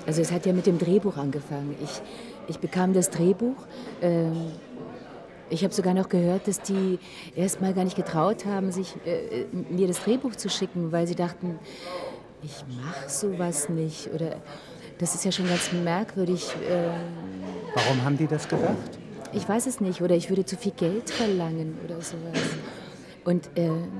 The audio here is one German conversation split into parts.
Also es hat ja mit dem Drehbuch angefangen. Ich bekam das Drehbuch. Ich habe sogar noch gehört, dass die erst mal gar nicht getraut haben, mir das Drehbuch zu schicken, weil sie dachten, ich mache sowas nicht. Oder das ist ja schon ganz merkwürdig. Warum haben die das gedacht? Ich weiß es nicht. Oder ich würde zu viel Geld verlangen oder sowas. Und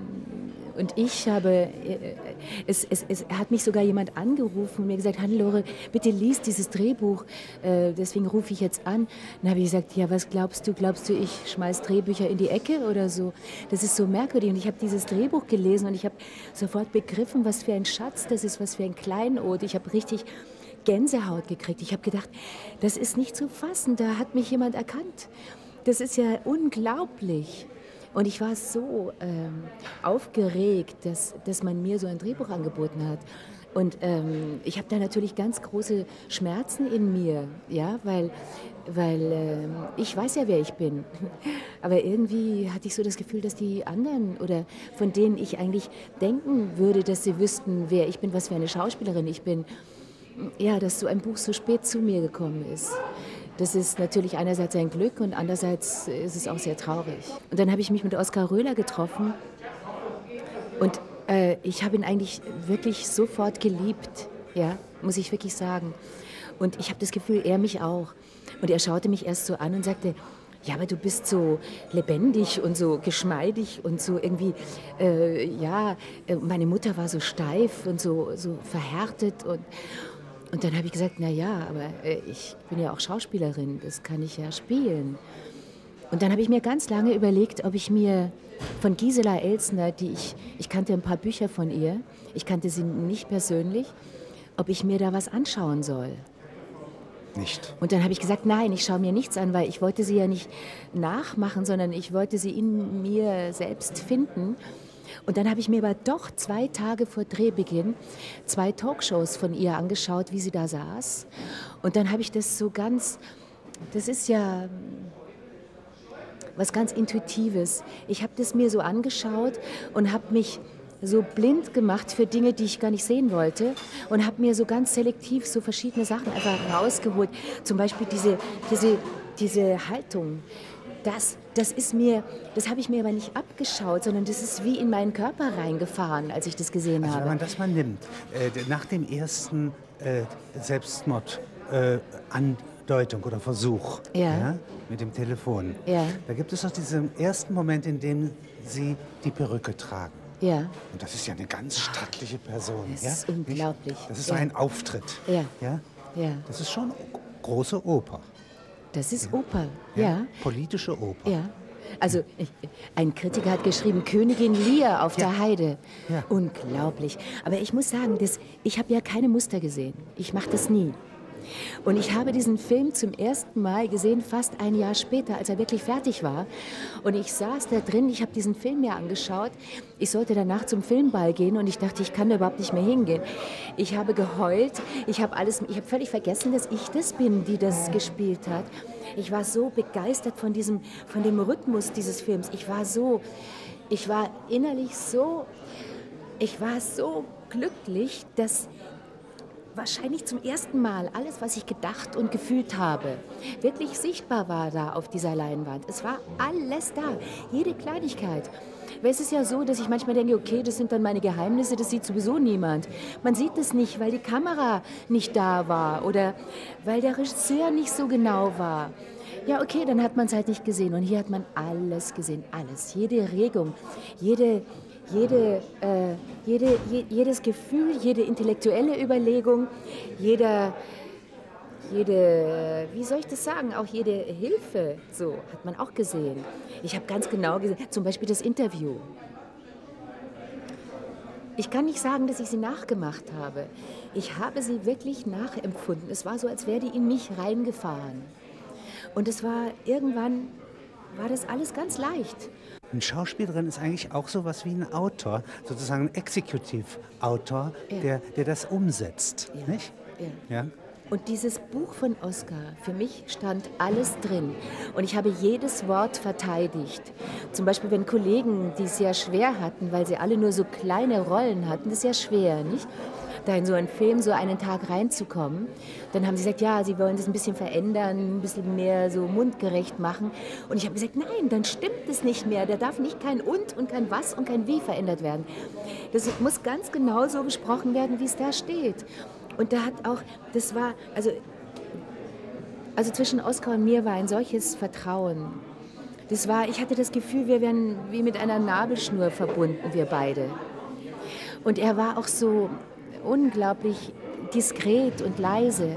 ich habe, es hat mich sogar jemand angerufen und mir gesagt, Hannelore, bitte lies dieses Drehbuch, deswegen rufe ich jetzt an. Dann habe ich gesagt, ja, was glaubst du? Glaubst du, ich schmeiß Drehbücher in die Ecke oder so? Das ist so merkwürdig. Und ich habe dieses Drehbuch gelesen und ich habe sofort begriffen, was für ein Schatz das ist, was für ein Kleinod. Ich habe richtig Gänsehaut gekriegt. Ich habe gedacht, das ist nicht zu fassen, da hat mich jemand erkannt. Das ist ja unglaublich. Und ich war so aufgeregt, dass man mir so ein Drehbuch angeboten hat. Und ich habe da natürlich ganz große Schmerzen in mir, ja, weil ich weiß ja, wer ich bin. Aber irgendwie hatte ich so das Gefühl, dass die anderen oder von denen ich eigentlich denken würde, dass sie wüssten, wer ich bin, was für eine Schauspielerin ich bin, ja, dass so ein Buch so spät zu mir gekommen ist. Das ist natürlich einerseits ein Glück und andererseits ist es auch sehr traurig. Und dann habe ich mich mit Oskar Röhler getroffen und ich habe ihn eigentlich wirklich sofort geliebt, ja, muss ich wirklich sagen. Und ich habe das Gefühl, er mich auch. Und er schaute mich erst so an und sagte, ja, aber du bist so lebendig und so geschmeidig und so irgendwie, meine Mutter war so steif und so verhärtet und dann habe ich gesagt, na ja, aber ich bin ja auch Schauspielerin, das kann ich ja spielen. Und dann habe ich mir ganz lange überlegt, ob ich mir von Gisela Elsner, ich kannte ein paar Bücher von ihr, ich kannte sie nicht persönlich, ob ich mir da was anschauen soll. Nicht. Und dann habe ich gesagt, nein, ich schaue mir nichts an, weil ich wollte sie ja nicht nachmachen, sondern ich wollte sie in mir selbst finden. Und dann habe ich mir aber doch 2 Tage vor Drehbeginn 2 Talkshows von ihr angeschaut, wie sie da saß. Und dann habe ich das das ist ja was ganz Intuitives. Ich habe das mir so angeschaut und habe mich so blind gemacht für Dinge, die ich gar nicht sehen wollte und habe mir so ganz selektiv so verschiedene Sachen einfach rausgeholt. Zum Beispiel diese Haltung. Das habe ich mir aber nicht abgeschaut, sondern das ist wie in meinen Körper reingefahren, als ich das gesehen habe. Wenn man das mal nimmt, nach dem ersten Selbstmord-Andeutung oder Versuch mit dem Telefon, da gibt es doch diesen ersten Moment, in dem Sie die Perücke tragen. Ja. Und das ist ja eine ganz stattliche Person. Das ist unglaublich. Das ist so ein Auftritt. Ja. Ja? Ja. Das ist schon große Oper. Das ist Oper, ja. Politische Oper. Ja. Also ein Kritiker hat geschrieben, Königin Lear auf der Heide. Ja. Unglaublich. Aber ich muss sagen, ich habe ja keine Muster gesehen. Ich mache das nie. Und ich habe diesen Film zum ersten Mal gesehen, fast ein Jahr später, als er wirklich fertig war. Und ich saß da drin, ich habe diesen Film mir angeschaut. Ich sollte danach zum Filmball gehen und ich dachte, ich kann da überhaupt nicht mehr hingehen. Ich habe geheult, ich habe völlig vergessen, dass ich das bin, die das gespielt hat. Ich war so begeistert von dem Rhythmus dieses Films. Ich war innerlich so glücklich, dass wahrscheinlich zum ersten Mal alles, was ich gedacht und gefühlt habe, wirklich sichtbar war da auf dieser Leinwand. Es war alles da, jede Kleinigkeit. Weil es ist ja so, dass ich manchmal denke, okay, das sind dann meine Geheimnisse, das sieht sowieso niemand. Man sieht es nicht, weil die Kamera nicht da war oder weil der Regisseur nicht so genau war. Ja, okay, dann hat man es halt nicht gesehen. Und hier hat man alles gesehen, alles. Jede Regung, jedes Gefühl, jede intellektuelle Überlegung, wie soll ich das sagen, auch jede Hilfe, so hat man auch gesehen. Ich habe ganz genau gesehen, zum Beispiel das Interview. Ich kann nicht sagen, dass ich sie nachgemacht habe. Ich habe sie wirklich nachempfunden. Es war so, als wäre die in mich reingefahren. Und irgendwann war das alles ganz leicht. Ein Schauspielerin ist eigentlich auch sowas wie ein Autor, sozusagen ein Exekutivautor, der das umsetzt, nicht? Ja. Und dieses Buch von Oskar, für mich stand alles drin. Und ich habe jedes Wort verteidigt. Zum Beispiel, wenn Kollegen, die es sehr schwer hatten, weil sie alle nur so kleine Rollen hatten, das ist ja schwer, nicht? da in so einen Film so einen Tag reinzukommen. Dann haben sie gesagt, ja, sie wollen das ein bisschen verändern, ein bisschen mehr so mundgerecht machen. Und ich habe gesagt, nein, dann stimmt es nicht mehr. Da darf nicht kein und kein was und kein wie verändert werden. Das muss ganz genau so gesprochen werden, wie es da steht. Und da hat auch, das war, also zwischen Oskar und mir war ein solches Vertrauen. Das war, ich hatte das Gefühl, wir wären wie mit einer Nabelschnur verbunden, wir beide. Und er war auch so unglaublich diskret und leise.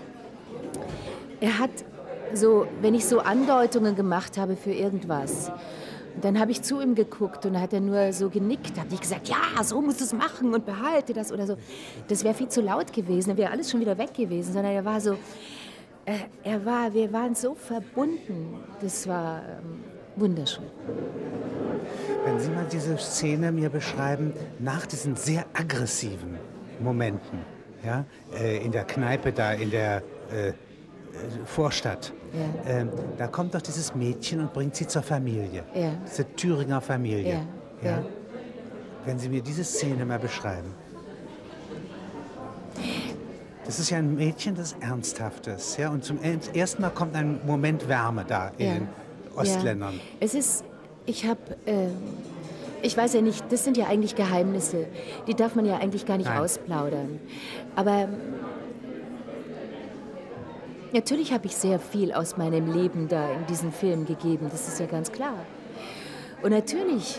Er hat so, wenn ich so Andeutungen gemacht habe für irgendwas, dann habe ich zu ihm geguckt und dann hat er nur so genickt, hat nicht gesagt, ja, so musst du es machen und behalte das oder so. Das wäre viel zu laut gewesen, dann wäre alles schon wieder weg gewesen, sondern er war so, wir waren so verbunden, das war wunderschön. Wenn Sie mal diese Szene mir beschreiben, nach diesen sehr aggressiven Momenten, ja, in der Kneipe da, in der Vorstadt, ja. Da kommt doch dieses Mädchen und bringt sie zur Familie, ja. Diese Thüringer Familie. Ja. Ja. Ja. Wenn Sie mir diese Szene mal beschreiben. Das ist ja ein Mädchen, das Ernsthaftes, ja, und zum ersten Mal kommt ein Moment Wärme da in den Ostländern. Ja. Es ist, ich weiß ja nicht, das sind ja eigentlich Geheimnisse, die darf man ja eigentlich gar nicht ausplaudern. Aber natürlich habe ich sehr viel aus meinem Leben da in diesen Film gegeben, das ist ja ganz klar. Und natürlich,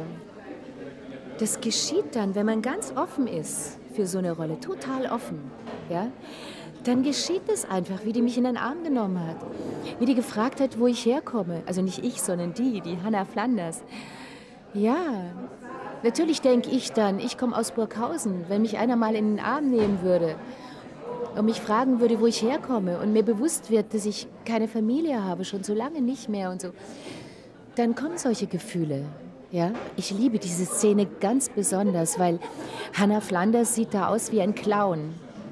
das geschieht dann, wenn man ganz offen ist für so eine Rolle, total offen, ja, dann geschieht es einfach, wie die mich in den Arm genommen hat, wie die gefragt hat, wo ich herkomme. Also nicht ich, sondern die Hannah Flanders. Ja, natürlich denke ich dann, ich komme aus Burghausen, wenn mich einer mal in den Arm nehmen würde und mich fragen würde, wo ich herkomme und mir bewusst wird, dass ich keine Familie habe, schon so lange nicht mehr und so, dann kommen solche Gefühle. Ja? Ich liebe diese Szene ganz besonders, weil Hannah Flanders sieht da aus wie ein Clown.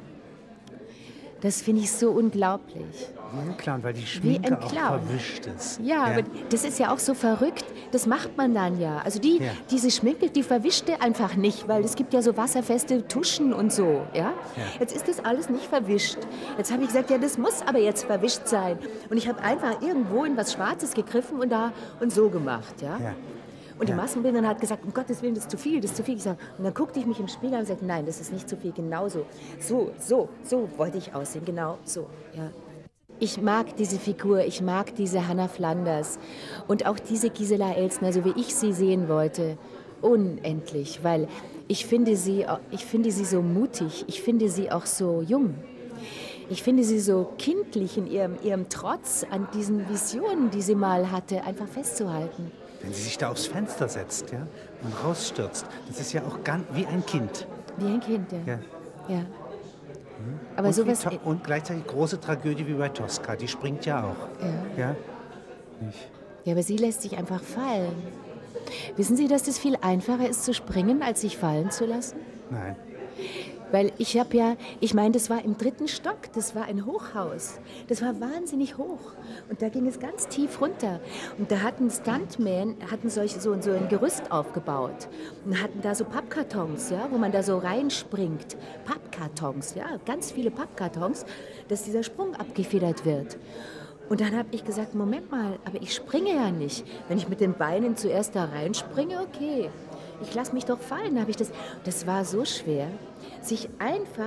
Das finde ich so unglaublich. Wie ein Clown, weil die Schminke auch verwischt ist. Ja, aber das ist ja auch so verrückt. Das macht man dann ja. Also diese Schminke, die verwischte einfach nicht, weil es gibt ja so wasserfeste Tuschen und so. Ja? Jetzt ist das alles nicht verwischt. Jetzt habe ich gesagt, ja, das muss aber jetzt verwischt sein. Und ich habe einfach irgendwo in was Schwarzes gegriffen und so gemacht. Ja? Ja. Und die Massenbildnerin hat gesagt, um Gottes Willen, das ist zu viel, das ist zu viel. Ich sag, und dann guckte ich mich im Spiegel an und sagte, nein, das ist nicht zu viel, genau so. So wollte ich aussehen, genau so. Ja. Ich mag diese Figur, ich mag diese Hannah Flanders und auch diese Gisela Elsner, so wie ich sie sehen wollte, unendlich, weil ich finde sie so mutig, ich finde sie auch so jung. Ich finde sie so kindlich in ihrem Trotz an diesen Visionen, die sie mal hatte, einfach festzuhalten. Wenn sie sich da aufs Fenster setzt, ja, und rausstürzt, das ist ja auch ganz wie ein Kind. Wie ein Kind, ja. Ja. Aber und, sowas und gleichzeitig große Tragödie wie bei Tosca, die springt ja auch. Ja. Nicht? Ja, aber sie lässt sich einfach fallen. Wissen Sie, dass das viel einfacher ist zu springen, als sich fallen zu lassen? Nein. Weil ich meine, das war im 3. Stock, das war ein Hochhaus. Das war wahnsinnig hoch. Und da ging es ganz tief runter. Und da hatten Stuntmen, so ein Gerüst aufgebaut. Und hatten da so Pappkartons, ja, wo man da so reinspringt. Pappkartons, ja, ganz viele Pappkartons, dass dieser Sprung abgefedert wird. Und dann habe ich gesagt, Moment mal, aber ich springe ja nicht. Wenn ich mit den Beinen zuerst da reinspringe, okay. Ich lasse mich doch fallen, habe ich das. Das war so schwer, sich einfach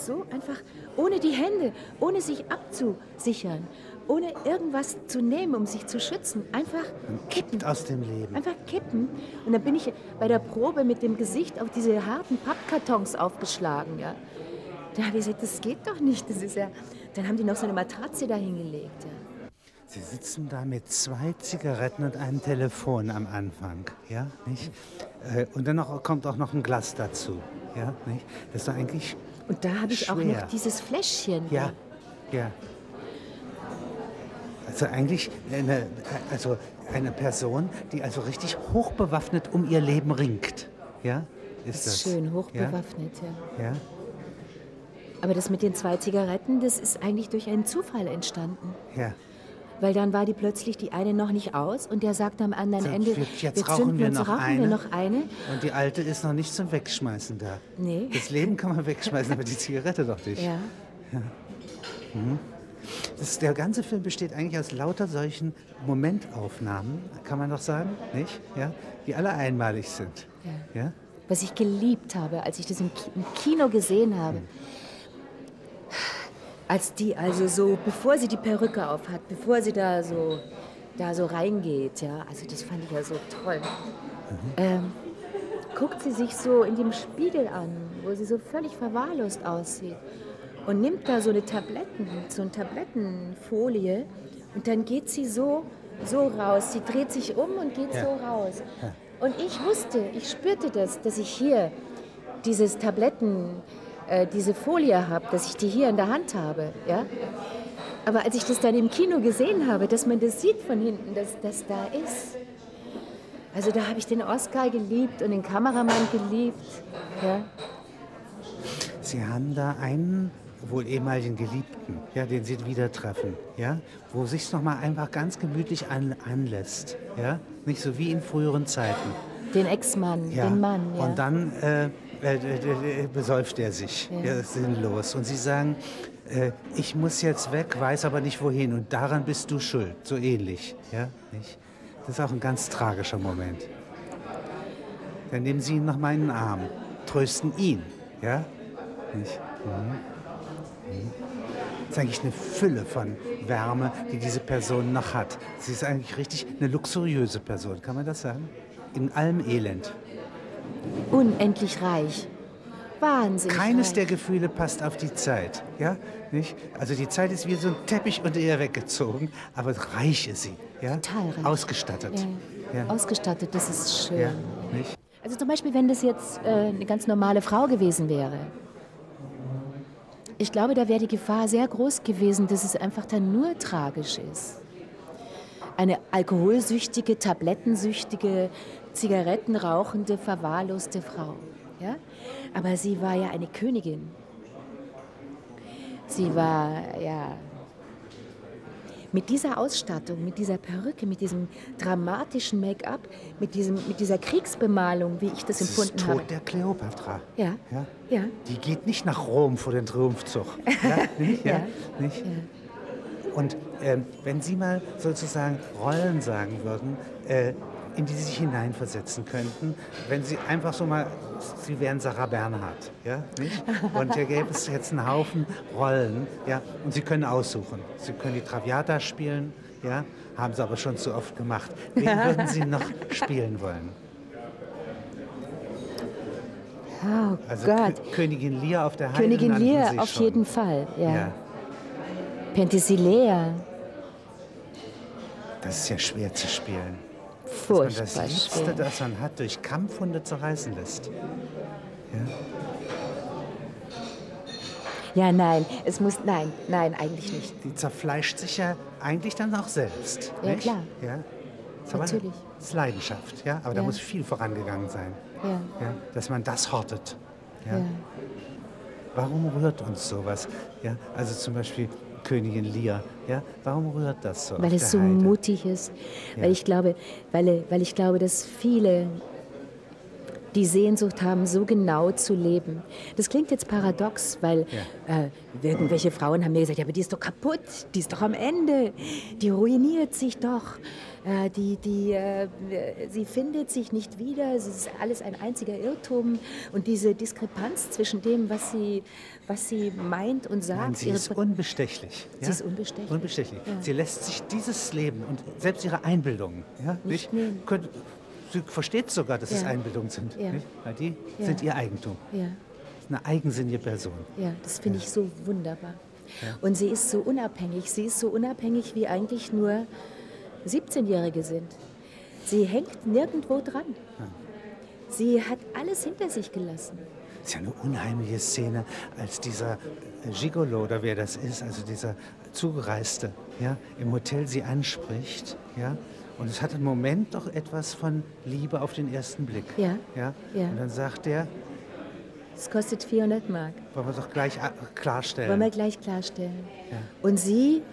ohne die Hände, ohne sich abzusichern, ohne irgendwas zu nehmen, um sich zu schützen, einfach kippen. Aus dem Leben. Einfach kippen. Und dann bin ich bei der Probe mit dem Gesicht auf diese harten Pappkartons aufgeschlagen. Ja. Da habe ich gesagt, das geht doch nicht. Das ist ja. Dann haben die noch so eine Matratze dahingelegt. Ja. Sie sitzen da mit 2 Zigaretten und einem Telefon am Anfang, ja, nicht? Und dann kommt auch noch ein Glas dazu, ja, nicht? Das ist doch eigentlich und da habe ich schwer. Auch noch dieses Fläschchen. Ja. Also eigentlich eine Person, die also richtig hochbewaffnet um ihr Leben ringt, ja? Das ist schön, hochbewaffnet, ja. Aber das mit den 2 Zigaretten, das ist eigentlich durch einen Zufall entstanden. Ja. weil dann war die plötzlich die eine noch nicht aus und der sagte am anderen So, Ende, jetzt rauchen wir noch eine. noch eine. Und die alte ist noch nicht zum Wegschmeißen da. Nee. Das Leben kann man wegschmeißen, aber die Zigarette doch nicht. Ja. Der ganze Film besteht eigentlich aus lauter solchen Momentaufnahmen, kann man doch sagen, nicht? Ja? Die alle einmalig sind. Ja? Was ich geliebt habe, als ich das im Kino gesehen habe. Als die also so, bevor sie die Perücke aufhat, bevor sie da so reingeht, ja, also das fand ich ja so toll. Guckt sie sich so in dem Spiegel an, wo sie so völlig verwahrlost aussieht und nimmt da so eine Tablettenfolie und dann geht sie so raus. Sie dreht sich um und geht so raus. Ja. Und ich spürte das, dass ich hier diese Folie habe, dass ich die hier in der Hand habe. Ja? Aber als ich das dann im Kino gesehen habe, dass man das sieht von hinten, dass das da ist, also da habe ich den Oscar geliebt und den Kameramann geliebt. Ja? Sie haben da einen wohl ehemaligen Geliebten, ja, den Sie wieder treffen, ja, wo sich's noch mal einfach ganz gemütlich anlässt, ja, nicht so wie in früheren Zeiten. Den Ex-Mann, Ja. den Mann, ja. Und dann besäuft er sich, ja, sinnlos. Und Sie sagen, ich muss jetzt weg, weiß aber nicht wohin und daran bist du schuld, so ähnlich, ja, nicht? Das ist auch ein ganz tragischer Moment. Dann nehmen Sie ihn nach meinen Arm, trösten ihn, ja, nicht? Das ist eigentlich eine Fülle von Wärme, die diese Person noch hat. Sie ist eigentlich richtig eine luxuriöse Person, kann man das sagen? In allem Elend. Unendlich reich. Wahnsinnig Keines reich. der Gefühle passt auf die Zeit, ja? Nicht? Also die Zeit ist wie so ein Teppich unter ihr weggezogen, aber reich ist sie, ja? Total reich. Ausgestattet. Ja. Ja. Ausgestattet, das ist schön. Ja, nicht? Also zum Beispiel, wenn das jetzt eine ganz normale Frau gewesen wäre. Ich glaube, da wäre die Gefahr sehr groß gewesen, dass es einfach dann nur tragisch ist. Eine alkoholsüchtige, tablettensüchtige, zigarettenrauchende, verwahrloste Frau. Ja? Aber sie war ja eine Königin. Sie war, ja, mit dieser Ausstattung, mit dieser Perücke, mit diesem dramatischen Make-up, mit dieser Kriegsbemalung, wie ich das Das ist empfunden Tod habe. der Kleopatra. Ja, Ja? ja. Die geht nicht nach Rom vor den Triumphzug. Ja? Nicht? Ja? Ja. Nicht? Ja. Und wenn Sie mal sozusagen Rollen sagen würden, in die Sie sich hineinversetzen könnten, wenn Sie einfach so mal, Sie wären Sarah Bernhardt, ja, nicht? Und hier gäbe es jetzt einen Haufen Rollen, ja, und Sie können aussuchen. Sie können die Traviata spielen, ja, haben Sie aber schon zu oft gemacht. Wen würden Sie noch spielen wollen? Oh Also Gott. Königin Lear auf der Heide Königin nannten Lear, Sie auf schon. jeden Fall. Ja. Ja, Penthesilea, das ist ja schwer zu spielen. Dass man furchtbar das Liebste, schwer. das man hat, durch Kampfhunde zerreißen lässt. Ja? Ja, nein, nein, eigentlich nicht. Die zerfleischt sich ja eigentlich dann auch selbst. Ja, nicht? klar. Ja? Das ist aber Natürlich. Das ist Leidenschaft, ja? Aber da Ja. muss viel vorangegangen sein, Ja, ja? Dass man das hortet. Ja? ja. Warum rührt uns sowas? Ja? Also zum Beispiel Königin Lear. Ja? Warum rührt das so? Weil auf es der so Heide? mutig ist. Ja. Weil ich glaube, dass viele die Sehnsucht haben, so genau zu leben. Das klingt jetzt paradox, weil irgendwelche Frauen haben mir gesagt, ja, aber die ist doch kaputt, die ist doch am Ende, die ruiniert sich doch, sie findet sich nicht wieder, es ist alles ein einziger Irrtum und diese Diskrepanz zwischen dem, was sie meint und sagt. Nein, sie ist unbestechlich. Sie ist unbestechlich. Unbestechlich. Ja. Sie lässt sich dieses Leben und selbst ihre Einbildungen, ja, Nicht nehmen. Sie versteht sogar, dass es Ja. Einbildungen sind. Ja. Nicht? Weil die Ja. sind ihr Eigentum. Ja. Das ist eine eigensinnige Person. Ja, das finde ich so wunderbar. Und sie ist so unabhängig. Sie ist so unabhängig, wie eigentlich nur 17-Jährige sind. Sie hängt nirgendwo dran. Sie hat alles hinter sich gelassen. Das ist ja eine unheimliche Szene, als dieser Gigolo oder wer das ist, also dieser Zugereiste, ja, im Hotel sie anspricht, ja. Und es hat im Moment doch etwas von Liebe auf den ersten Blick. Ja. Ja? Ja. Und dann sagt er, Es kostet 400 Mark. wollen wir doch gleich klarstellen. Wollen wir gleich klarstellen. Ja. Und sie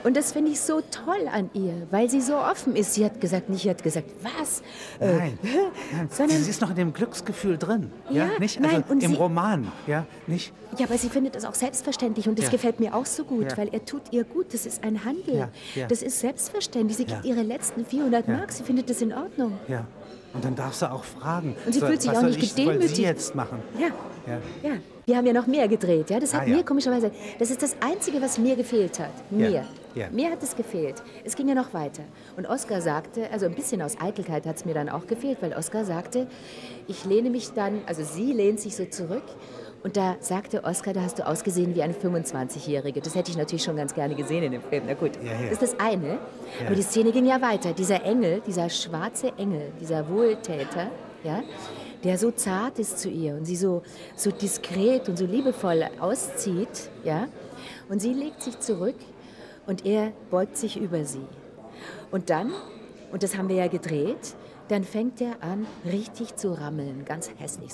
Und das finde ich so toll an ihr, weil sie so offen ist. Sie hat gesagt, was? Nein, sondern sie ist noch in dem Glücksgefühl drin. Ja, nicht? Also nein, und im sie, Roman. Ja, nicht? ja, aber sie findet es auch selbstverständlich und das gefällt mir auch so gut, weil er tut ihr gut. Das ist ein Handel. Das ist selbstverständlich. Sie gibt ihre letzten 400 Mark. Sie findet das in Ordnung. Ja. Und dann darfst du auch fragen. Und sie fühlt sich auch nicht gedemütigt. Was soll sie jetzt machen? Ja. Wir haben ja noch mehr gedreht. Ja? Das hat mir komischerweise, das ist das Einzige, was mir gefehlt hat. Mir. Mir hat es gefehlt. Es ging ja noch weiter. Und Oskar sagte, also ein bisschen aus Eitelkeit hat es mir dann auch gefehlt, weil Oskar sagte, ich lehne mich dann, also sie lehnt sich so zurück. Und da sagte Oskar, da hast du ausgesehen wie eine 25-Jährige. Das hätte ich natürlich schon ganz gerne gesehen in dem Film. Na gut, das ist das eine. Aber die Szene ging ja weiter. Dieser Engel, dieser schwarze Engel, dieser Wohltäter, ja, der so zart ist zu ihr und sie so diskret und so liebevoll auszieht, ja, und sie legt sich zurück und er beugt sich über sie. Und dann, und das haben wir ja gedreht, dann fängt er an, richtig zu rammeln, ganz hässlich,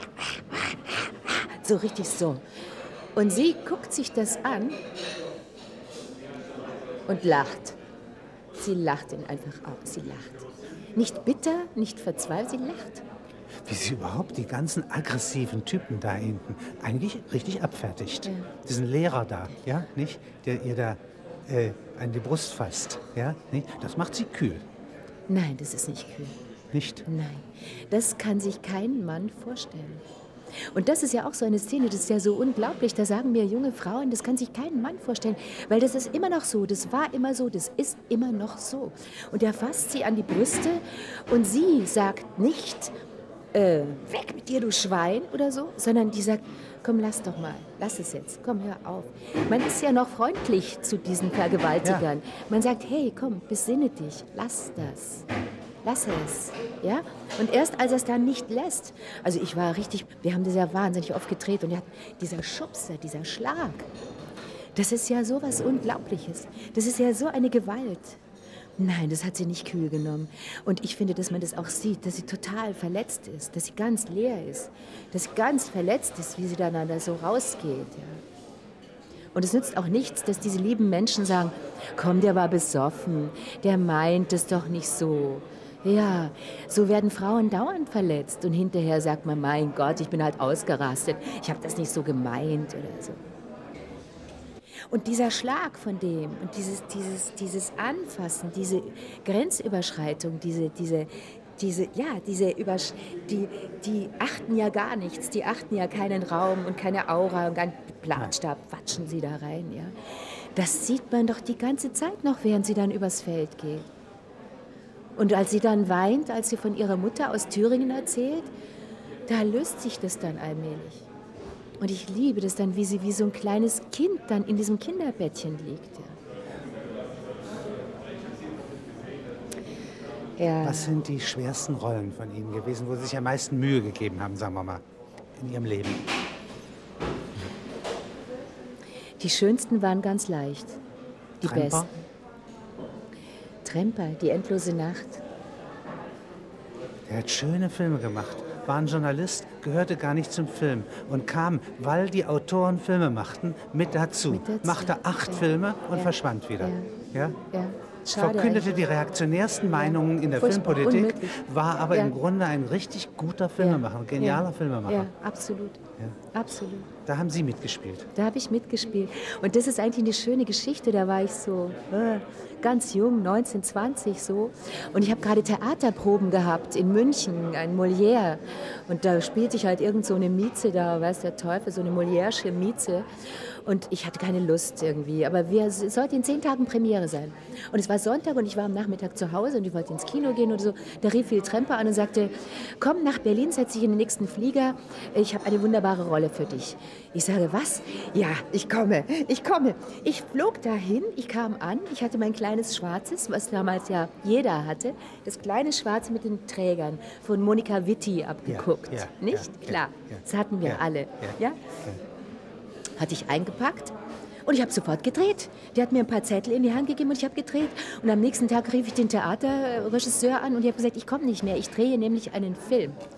so richtig so. Und sie guckt sich das an und lacht. Sie lacht ihn einfach aus, sie lacht. Nicht bitter, nicht verzweifelt, sie lacht. Wie sie überhaupt die ganzen aggressiven Typen da hinten eigentlich richtig abfertigt. Diesen Lehrer da, ja, nicht? Der ihr da an die Brust fasst, ja, nicht? Das macht sie kühl. Nein, das ist nicht kühl. Nicht? Nein, das kann sich kein Mann vorstellen. Und das ist ja auch so eine Szene, das ist ja so unglaublich, da sagen mir junge Frauen, das kann sich kein Mann vorstellen, weil das ist immer noch so, das war immer so, das ist immer noch so. Und er fasst sie an die Brüste und sie sagt nicht, weg mit dir, du Schwein, oder so, sondern die sagt, komm, lass doch mal, lass es jetzt, komm, hör auf. Man ist ja noch freundlich zu diesen Vergewaltigern. Man sagt, hey, komm, besinne dich, lass das. Lass es, ja? Und erst als er es dann nicht lässt, also ich war richtig, wir haben das ja wahnsinnig oft gedreht und dieser Schubser, dieser Schlag, das ist ja so was Unglaubliches. Das ist ja so eine Gewalt. Nein, das hat sie nicht kühl genommen. Und ich finde, dass man das auch sieht, dass sie total verletzt ist, dass sie ganz leer ist, dass sie ganz verletzt ist, wie sie dann da so rausgeht, ja. Und es nützt auch nichts, dass diese lieben Menschen sagen, komm, der war besoffen, der meint es doch nicht so. Ja, so werden Frauen dauernd verletzt und hinterher sagt man, mein Gott, ich bin halt ausgerastet, ich habe das nicht so gemeint oder so. Und dieser Schlag von dem und dieses Anfassen, diese Grenzüberschreitung, die achten ja gar nichts, die achten ja keinen Raum und keine Aura und ganz Platstab watschen sie da rein, ja. Das sieht man doch die ganze Zeit noch, während sie dann übers Feld geht. Und als sie dann weint, als sie von ihrer Mutter aus Thüringen erzählt, da löst sich das dann allmählich. Und ich liebe das dann, wie sie wie so ein kleines Kind dann in diesem Kinderbettchen liegt. Ja. Was sind die schwersten Rollen von Ihnen gewesen, wo Sie sich am meisten Mühe gegeben haben, sagen wir mal, in Ihrem Leben? Die schönsten waren ganz leicht. Die Tremper? besten. Tremper, die endlose Nacht. Er hat schöne Filme gemacht, war ein Journalist, gehörte gar nicht zum Film und kam, weil die Autoren Filme machten, mit dazu. Machte 8 Filme und verschwand wieder. Ja? Schade Verkündete eigentlich. die reaktionärsten Meinungen in der Furchtbar, Filmpolitik, unmöglich. war aber im Grunde ein richtig guter Filmemacher, ein genialer Filmemacher. Ja, absolut. Ja. Absolut. Da haben Sie mitgespielt. Da habe ich mitgespielt. Und das ist eigentlich eine schöne Geschichte. Da war ich so ganz jung, 19, 20 so. Und ich habe gerade Theaterproben gehabt in München, ein Molière. Und da spielte ich halt irgend so eine Mieze da, weiß der Teufel, so eine Molièresche Mieze. Und ich hatte keine Lust irgendwie. Aber es sollte in 10 Tagen Premiere sein. Und es war Sonntag und ich war am Nachmittag zu Hause und ich wollte ins Kino gehen oder so. Da rief Phil Tremper an und sagte, komm nach Berlin, setz dich in den nächsten Flieger. Ich habe eine wunderbare Rolle für dich. Ich sage, was? Ja, ich komme. Ich flog dahin, ich kam an, ich hatte mein kleines Schwarzes, was damals ja jeder hatte, das kleine Schwarze mit den Trägern von Monika Witti abgeguckt. Ja, nicht? ja, Klar, ja, das hatten wir alle. Ja. Hatte ich eingepackt und ich habe sofort gedreht. Der hat mir ein paar Zettel in die Hand gegeben und ich habe gedreht. Und am nächsten Tag rief ich den Theaterregisseur an und ich habe gesagt, ich komme nicht mehr, ich drehe nämlich einen Film.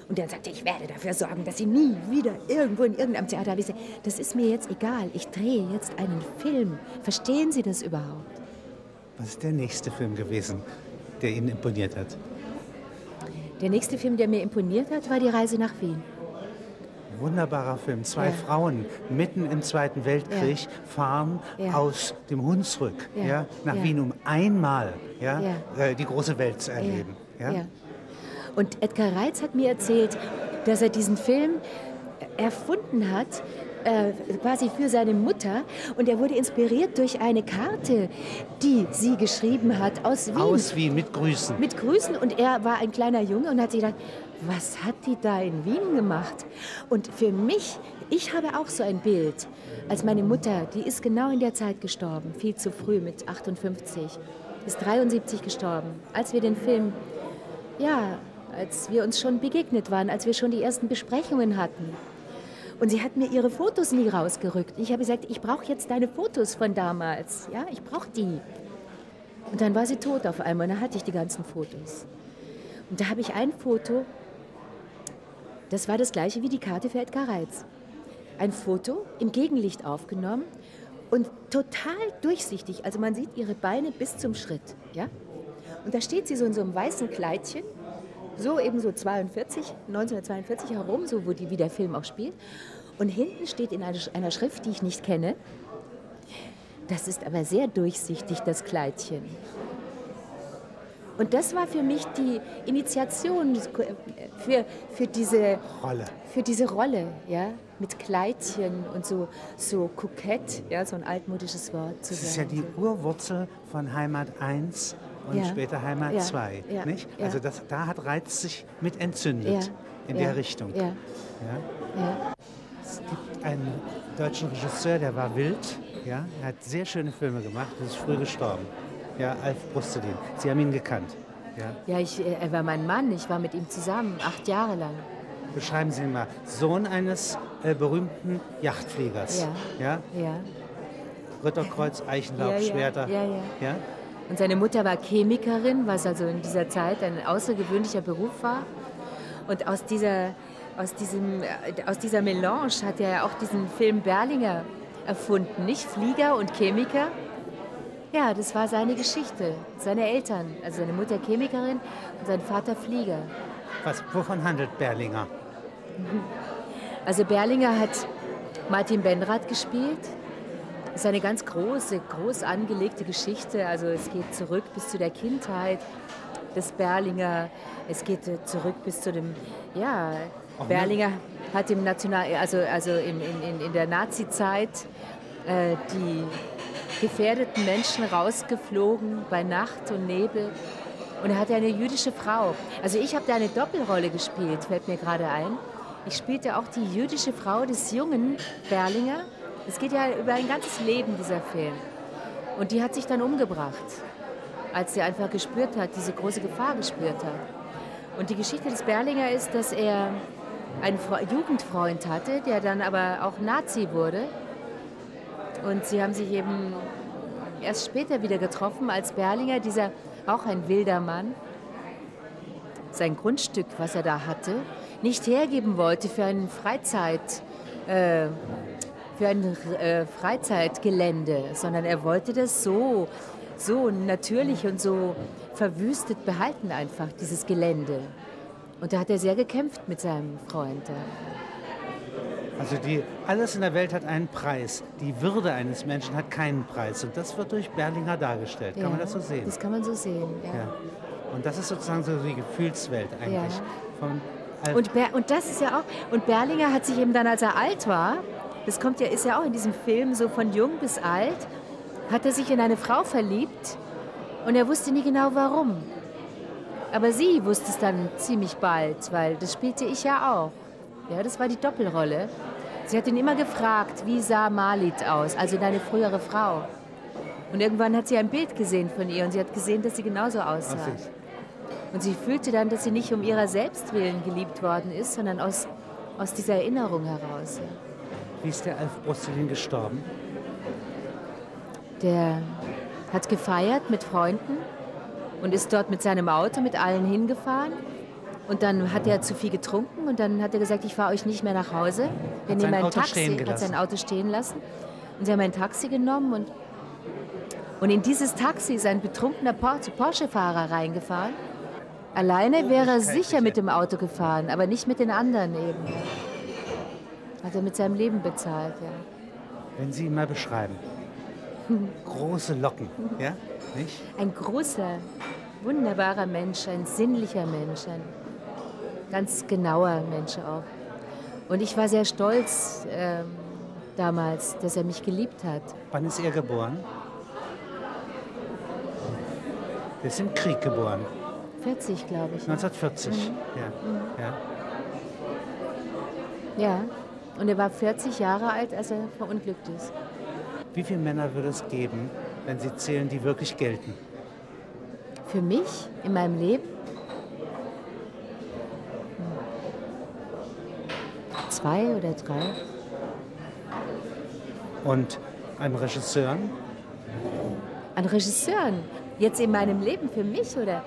Und dann sagte er, ich werde dafür sorgen, dass Sie nie wieder irgendwo in irgendeinem Theater haben. Ich sage, das ist mir jetzt egal. Ich drehe jetzt einen Film. Verstehen Sie das überhaupt? Was ist der nächste Film gewesen, der Ihnen imponiert hat? Der nächste Film, der mir imponiert hat, war Die Reise nach Wien. Wunderbarer Film. Zwei Frauen mitten im Zweiten Weltkrieg fahren aus dem Hunsrück nach Wien, um einmal die große Welt zu erleben. Ja. Und Edgar Reitz hat mir erzählt, dass er diesen Film erfunden hat, quasi für seine Mutter. Und er wurde inspiriert durch eine Karte, die sie geschrieben hat aus Wien. Aus Wien, mit Grüßen. Mit Grüßen. Und er war ein kleiner Junge und hat sich gedacht, was hat die da in Wien gemacht? Und für mich, ich habe auch so ein Bild. Als meine Mutter, die ist genau in der Zeit gestorben, viel zu früh, mit 58, ist 73 gestorben. Als wir den Film, als wir uns schon begegnet waren, als wir schon die ersten Besprechungen hatten. Und sie hat mir ihre Fotos nie rausgerückt. Ich habe gesagt, ich brauche jetzt deine Fotos von damals. Ja, ich brauche die. Und dann war sie tot auf einmal und dann hatte ich die ganzen Fotos. Und da habe ich ein Foto, das war das gleiche wie die Karte für Edgar Reitz. Ein Foto im Gegenlicht aufgenommen und total durchsichtig. Also man sieht ihre Beine bis zum Schritt. Ja? Und da steht sie so in so einem weißen Kleidchen, so eben so 1942 herum, so wie der Film auch spielt. Und hinten steht in einer Schrift, die ich nicht kenne, das ist aber sehr durchsichtig, das Kleidchen. Und das war für mich die Initiation für diese Rolle. Für diese Rolle, ja, mit Kleidchen und so kokett, ja, so ein altmodisches Wort zu Das sagen. ist ja die Urwurzel von Heimat 1 und später Heimat 2, nicht? Ja. Also da hat Reitz sich mit entzündet in der Richtung. Ja. Es gibt einen deutschen Regisseur, der war wild, er hat sehr schöne Filme gemacht, der ist früh gestorben. Ja, Alf Brustelin. Sie haben ihn gekannt. Ja, er war mein Mann, ich war mit ihm zusammen, 8 Jahre lang. Beschreiben Sie ihn mal. Sohn eines berühmten Yachtfliegers. Ja. Ritterkreuz, Eichenlaub, Schwerter. Ja. Und seine Mutter war Chemikerin, was also in dieser Zeit ein außergewöhnlicher Beruf war. Und aus dieser Melange hat er ja auch diesen Film Berlinger erfunden, nicht? Flieger und Chemiker. Ja, das war seine Geschichte. Seine Eltern, also seine Mutter Chemikerin und sein Vater Flieger. Wovon handelt Berlinger? Also Berlinger hat Martin Benrath gespielt. Das ist eine ganz groß angelegte Geschichte. Also es geht zurück bis zu der Kindheit des Berlinger. Es geht zurück bis zu dem, Berlinger hat im in der Nazi-Zeit die gefährdeten Menschen rausgeflogen bei Nacht und Nebel. Und er hatte eine jüdische Frau. Also ich habe da eine Doppelrolle gespielt, fällt mir gerade ein. Ich spielte auch die jüdische Frau des jungen Berlinger. Es geht ja über ein ganzes Leben, dieser Film. Und die hat sich dann umgebracht, als sie einfach gespürt hat, diese große Gefahr gespürt hat. Und die Geschichte des Berlinger ist, dass er einen Jugendfreund hatte, der dann aber auch Nazi wurde. Und sie haben sich eben erst später wieder getroffen, als Berlinger, dieser auch ein wilder Mann, sein Grundstück, was er da hatte, nicht hergeben wollte für ein Freizeitgelände, sondern er wollte das so natürlich und so verwüstet behalten einfach, dieses Gelände. Und da hat er sehr gekämpft mit seinem Freund. Also alles in der Welt hat einen Preis. Die Würde eines Menschen hat keinen Preis. Und das wird durch Berlinger dargestellt. Kann man das so sehen? Das kann man so sehen, ja. Und das ist sozusagen so die Gefühlswelt eigentlich. Ja. Und das ist ja auch. Und Berlinger hat sich eben dann, als er alt war, das ist ja auch in diesem Film so von jung bis alt, hat er sich in eine Frau verliebt und er wusste nie genau warum. Aber sie wusste es dann ziemlich bald, weil das spielte ich ja auch. Ja, das war die Doppelrolle. Sie hat ihn immer gefragt, wie sah Malit aus, also deine frühere Frau. Und irgendwann hat sie ein Bild gesehen von ihr und sie hat gesehen, dass sie genauso aussah. Und sie fühlte dann, dass sie nicht um ihrer selbst willen geliebt worden ist, sondern aus dieser Erinnerung heraus. Wie ist der Alf Brustelin gestorben? Der hat gefeiert mit Freunden und ist dort mit seinem Auto mit allen hingefahren. Und dann hat er zu viel getrunken und dann hat er gesagt, ich fahre euch nicht mehr nach Hause. Wir nehmen ein Taxi, hat sein Auto stehen lassen. Und sie haben ein Taxi genommen und in dieses Taxi ist ein betrunkener Porsche-Fahrer reingefahren. Alleine wäre er sicher mit dem Auto gefahren, aber nicht mit den anderen eben. Hat er mit seinem Leben bezahlt, ja. Wenn Sie ihn mal beschreiben. Große Locken, ja? Nicht? Ein großer, wunderbarer Mensch, ein sinnlicher Mensch, ein ganz genauer Mensch auch. Und ich war sehr stolz damals, dass er mich geliebt hat. Wann ist er geboren? Er ist im Krieg geboren. 40, glaube ich. 1940, ja. Ja, und er war 40 Jahre alt, als er verunglückt ist. Wie viele Männer würde es geben, wenn Sie zählen, die wirklich gelten? Für mich in meinem Leben? 2 oder 3. Und an Regisseuren? An Regisseuren? Jetzt in meinem Leben für mich, oder?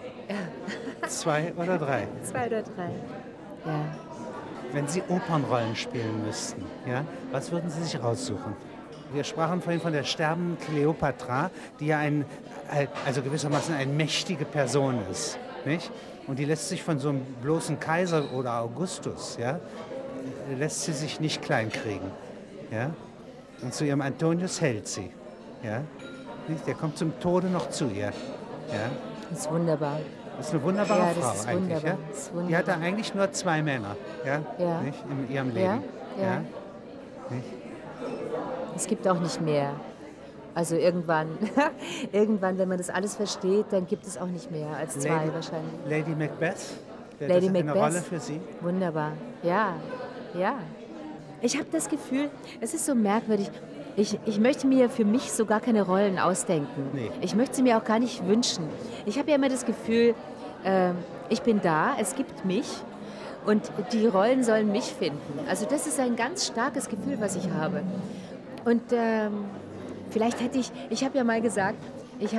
2 oder 3? 2 oder 3, ja. Wenn Sie Opernrollen spielen müssten, ja, was würden Sie sich raussuchen? Wir sprachen vorhin von der sterbenden Kleopatra, die ja also gewissermaßen eine mächtige Person ist, nicht? Und die lässt sich von so einem bloßen Kaiser oder Augustus, ja, lässt sie sich nicht kleinkriegen, ja? Und zu ihrem Antonius hält sie, ja? Der kommt zum Tode noch zu ihr, ja? Das ist wunderbar. Das ist eine wunderbare Frau ist eigentlich, wunderbar. ja? Das ist wunderbar. Die hatte eigentlich nur 2 Männer, ja? Ja. Nicht? In ihrem Leben. Ja. Nicht? Es gibt auch nicht mehr. Also irgendwann, wenn man das alles versteht, dann gibt es auch nicht mehr als 2 wahrscheinlich. Lady Macbeth? Wäre Lady das Macbeth. eine Rolle für Sie? Wunderbar, ja, ja. Ich habe das Gefühl, es ist so merkwürdig, ich möchte mir für mich so gar keine Rollen ausdenken. Nee. Ich möchte sie mir auch gar nicht wünschen. Ich habe ja immer das Gefühl, ich bin da, es gibt mich und die Rollen sollen mich finden. Also das ist ein ganz starkes Gefühl, was ich habe. Und vielleicht hätte ich habe ja mal gesagt, ich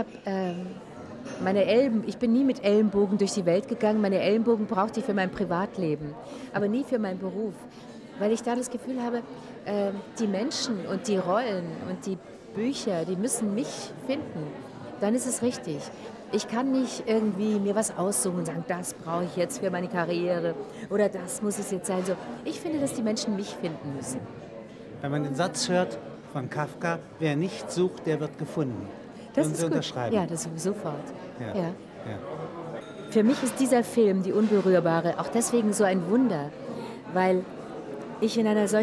bin nie mit Ellenbogen durch die Welt gegangen. Meine Ellenbogen brauchte ich für mein Privatleben, aber nie für meinen Beruf. Weil ich da das Gefühl habe, die Menschen und die Rollen und die Bücher, die müssen mich finden. Dann ist es richtig. Ich kann nicht irgendwie mir was aussuchen und sagen, das brauche ich jetzt für meine Karriere oder das muss es jetzt sein. So, ich finde, dass die Menschen mich finden müssen. Wenn man den Satz hört von Kafka, wer nicht sucht, der wird gefunden. Das Würden ist Sie gut. unterschreiben? Ja, das sofort. Ja. Ja. Ja. Für mich ist dieser Film, Die Unberührbare, auch deswegen so ein Wunder, weil ich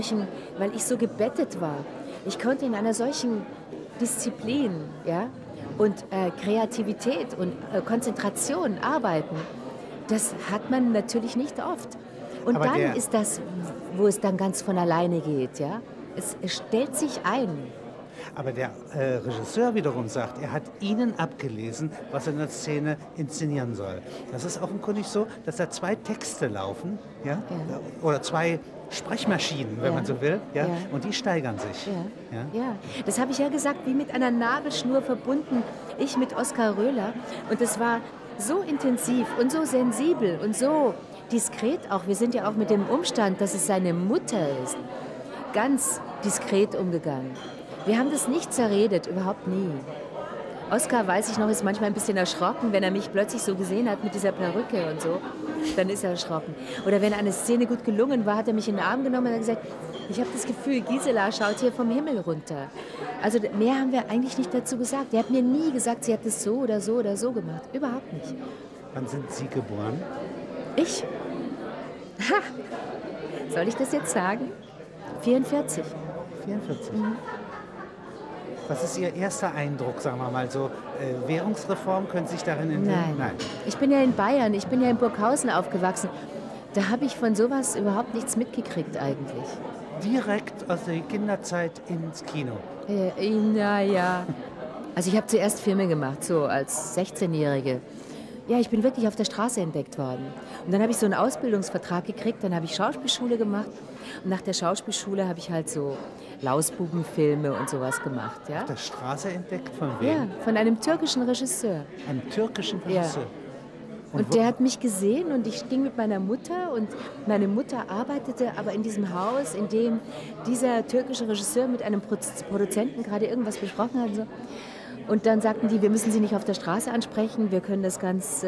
so gebettet war. Ich konnte in einer solchen Disziplin, ja, und Kreativität und Konzentration arbeiten. Das hat man natürlich nicht oft. Und Aber dann ist das, wo es dann ganz von alleine geht, ja. Es stellt sich ein. Aber der Regisseur wiederum sagt, er hat Ihnen abgelesen, was er in der Szene inszenieren soll. Das ist offenkundig so, dass da 2 Texte laufen, ja? Ja. Oder 2 Sprechmaschinen, wenn Ja. man so will, ja? Ja. Und die steigern sich. Ja, Ja? ja. Das habe ich ja gesagt, wie mit einer Nabelschnur verbunden. Ich mit Oskar Röhler. Und es war so intensiv und so sensibel und so diskret auch. Wir sind ja auch mit dem Umstand, dass es seine Mutter ist, ganz diskret umgegangen. Wir haben das nicht zerredet, überhaupt nie. Oskar, weiß ich noch, ist manchmal ein bisschen erschrocken, wenn er mich plötzlich so gesehen hat mit dieser Perücke und so. Dann ist er erschrocken. Oder wenn eine Szene gut gelungen war, hat er mich in den Arm genommen und hat gesagt, ich habe das Gefühl, Gisela schaut hier vom Himmel runter. Also mehr haben wir eigentlich nicht dazu gesagt. Er hat mir nie gesagt, sie hat es so oder so oder so gemacht. Überhaupt nicht. Wann sind Sie geboren? Ich? Ha! Soll ich das jetzt sagen? 44. 44. Was ist Ihr erster Eindruck, sagen wir mal so? Währungsreform, können Sie sich darin enthüllen? Nein. Ich bin ja in Bayern, ich bin ja in Burghausen aufgewachsen. Da habe ich von sowas überhaupt nichts mitgekriegt eigentlich. Direkt aus der Kinderzeit ins Kino. Ja. Also ich habe zuerst Filme gemacht, so als 16-Jährige. Ja, ich bin wirklich auf der Straße entdeckt worden. Und dann habe ich so einen Ausbildungsvertrag gekriegt, dann habe ich Schauspielschule gemacht. Und nach der Schauspielschule habe ich halt so Lausbubenfilme und sowas gemacht. Ja? Auf der Straße entdeckt? Von wem? Ja, von einem türkischen Regisseur. Einem türkischen Regisseur? Und der hat mich gesehen und ich ging mit meiner Mutter und meine Mutter arbeitete aber in diesem Haus, in dem dieser türkische Regisseur mit einem Produzenten gerade irgendwas besprochen hat. Und, so. Und dann sagten die, wir müssen Sie nicht auf der Straße ansprechen, wir können das ganz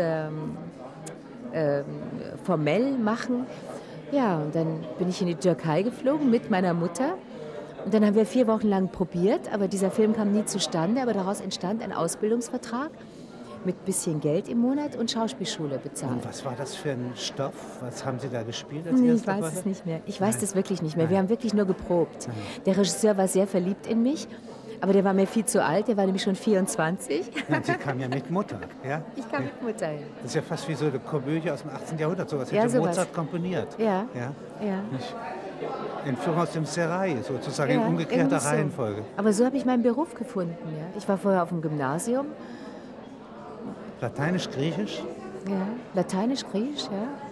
formell machen. Ja, und dann bin ich in die Türkei geflogen mit meiner Mutter. Und dann haben wir 4 Wochen lang probiert, aber dieser Film kam nie zustande. Aber daraus entstand ein Ausbildungsvertrag mit bisschen Geld im Monat und Schauspielschule bezahlt. Und was war das für ein Stoff? Was haben Sie da gespielt? Ich weiß es nicht mehr. Ich weiß das wirklich nicht mehr. Nein. Wir haben wirklich nur geprobt. Nein. Der Regisseur war sehr verliebt in mich, aber der war mir viel zu alt. Der war nämlich schon 24. Ja, und Sie kam ja mit Mutter. Ja? Ich kam mit Mutter hin. Das ist ja fast wie so eine Komödie aus dem 18. Jahrhundert. Sowas Ja, hätte sowas. Mozart komponiert. Ja. Ja? Ja. Nicht? Entführung aus dem Serail, sozusagen in Ja, umgekehrter irgendwie so. Reihenfolge. Aber so habe ich meinen Beruf gefunden. Ja. Ich war vorher auf dem Gymnasium. Lateinisch, Griechisch? Ja. Lateinisch, Griechisch, ja.